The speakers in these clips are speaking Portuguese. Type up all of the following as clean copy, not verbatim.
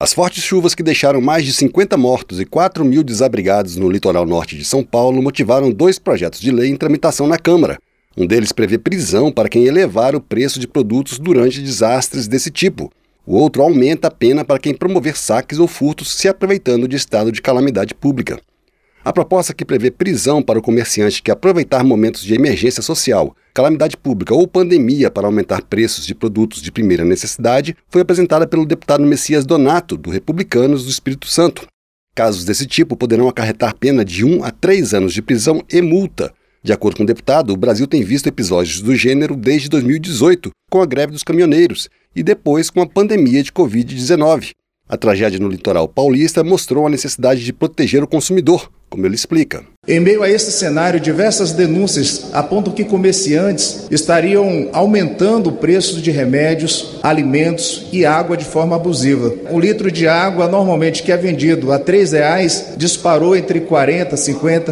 As fortes chuvas que deixaram mais de 50 mortos e 4 mil desabrigados no litoral norte de São Paulo motivaram 2 projetos de lei em tramitação na Câmara. Um deles prevê prisão para quem elevar o preço de produtos durante desastres desse tipo. O outro aumenta a pena para quem promover saques ou furtos se aproveitando de estado de calamidade pública. A proposta que prevê prisão para o comerciante que aproveitar momentos de emergência social, calamidade pública ou pandemia para aumentar preços de produtos de primeira necessidade foi apresentada pelo deputado Messias Donato, do Republicanos do Espírito Santo. Casos desse tipo poderão acarretar pena de 1 a 3 anos de prisão e multa. De acordo com o deputado, o Brasil tem visto episódios do gênero desde 2018, com a greve dos caminhoneiros, e depois com a pandemia de Covid-19. A tragédia no litoral paulista mostrou a necessidade de proteger o consumidor, como ele explica. Em meio a esse cenário, diversas denúncias apontam que comerciantes estariam aumentando o preço de remédios, alimentos e água de forma abusiva. Um litro de água, normalmente que é vendido a R$ 3,00, disparou entre R$ 40, 50, R$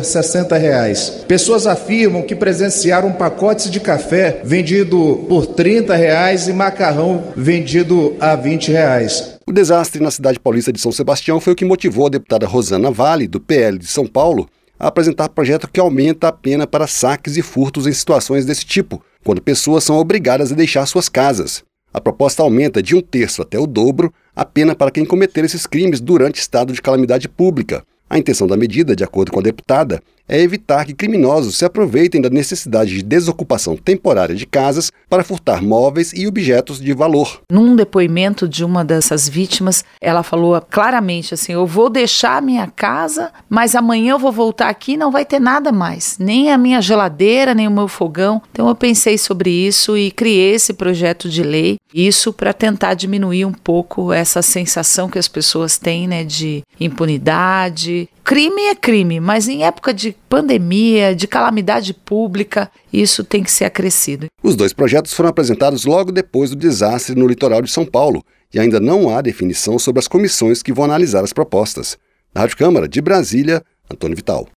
60. Pessoas afirmam que presenciaram pacotes de café vendido por R$ 30 e macarrão vendido a R$ 20. O desastre na cidade paulista de São Sebastião foi o que motivou a deputada Rosana Vale, do PL de São Paulo, a apresentar projeto que aumenta a pena para saques e furtos em situações desse tipo, quando pessoas são obrigadas a deixar suas casas. A proposta aumenta de 1/3 até o dobro a pena para quem cometer esses crimes durante estado de calamidade pública. A intenção da medida, de acordo com a deputada, é evitar que criminosos se aproveitem da necessidade de desocupação temporária de casas para furtar móveis e objetos de valor. Num depoimento de uma dessas vítimas, ela falou claramente assim: eu vou deixar a minha casa, mas amanhã eu vou voltar aqui e não vai ter nada mais, nem a minha geladeira, nem o meu fogão. Então eu pensei sobre isso e criei esse projeto de lei, isso para tentar diminuir um pouco essa sensação que as pessoas têm, né, de impunidade. Crime é crime, mas em época de pandemia, de calamidade pública, isso tem que ser acrescido. Os 2 projetos foram apresentados logo depois do desastre no litoral de São Paulo e ainda não há definição sobre as comissões que vão analisar as propostas. Na Rádio Câmara de Brasília, Antônio Vital.